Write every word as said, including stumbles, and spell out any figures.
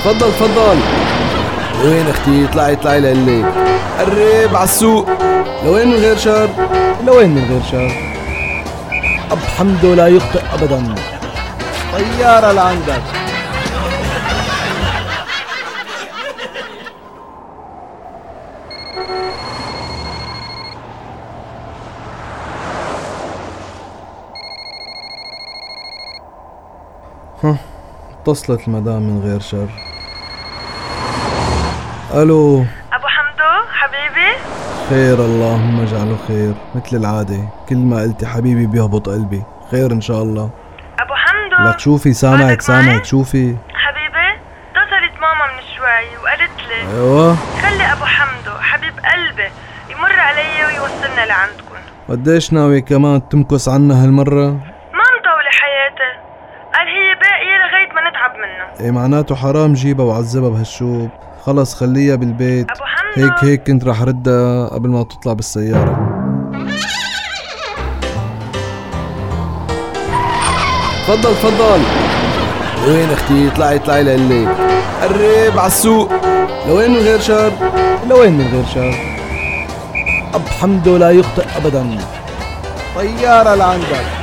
تفضل تفضل. لوين اختي؟ اطلعي اطلعي لقلك. قرب عالسوق. لوين من غير شر؟ لوين من غير شر؟ أب حمدو لا يخطئ أبدا. طيارة لعندك. ها اتصلت المدام من غير شر. الو ابو حمدو حبيبي. خير اللهم اجعله خير. مثل العادة كل ما قلتي حبيبي بيهبط قلبي. خير ان شاء الله. ابو حمدو لك شوفي سامعك سامعك شوفي حبيبي. اتصلت ماما من شوي وقالت لي ايوه خلي ابو حمدو حبيب قلبي يمر علي ويوصلنا لعندكم. قديش ناوي كمان تمكس عنا هالمرة؟ ما مطولة حياتي، قال هي باقية لغاية ما نتعب منها. ايه معناته حرام جيبها وعذبها بهالشوب. خلص خليها بالبيت. ابو حمدو هيك هيك كنت رح ردها قبل ما تطلع بالسيارة. تفضل تفضل. لوين اختي؟ اطلعي اطلعي لقلك. قرب عالسوق. لوين من غير شر؟ لوين من غير شر؟ أب حمدو لا يخطئ أبدا. طيارة لعندك.